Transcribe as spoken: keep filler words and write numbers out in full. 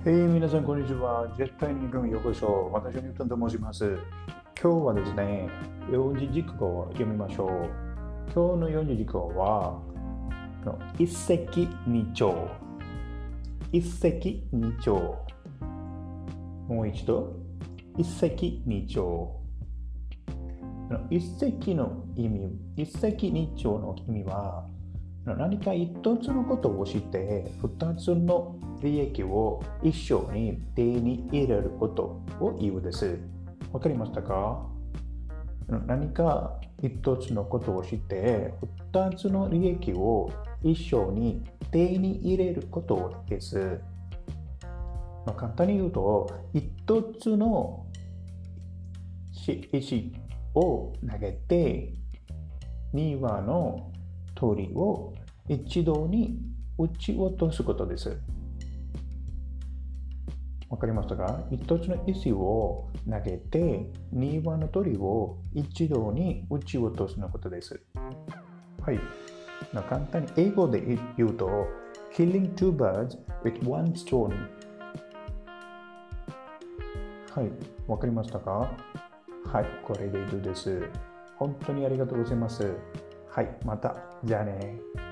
えー、皆さん、こんにちは。絶対に軍へようこそ。私はニュートンと申します。今日はですね、四字熟語を読みましょう。今日の四字熟語は、一石二鳥。一石二鳥。もう一度、一石二鳥。一石の意味、一石二鳥の意味は、何か一つのことをして、二つの利益を一緒に手に入れることを言うです。わかりましたか？何か一つのことをして、二つの利益を一緒に手に入れることです。まあ、簡単に言うと、一つの石を投げて、庭の鳥を一度に撃ち落とすことです。わかりましたか？一つの石を投げて、庭の鳥を一度に撃ち落とすのことです。はい。簡単に英語で言うと、killing two birds with one stone。はい。わかりましたか？はい。これで以上です。本当にありがとうございます。はい。また。じゃあね。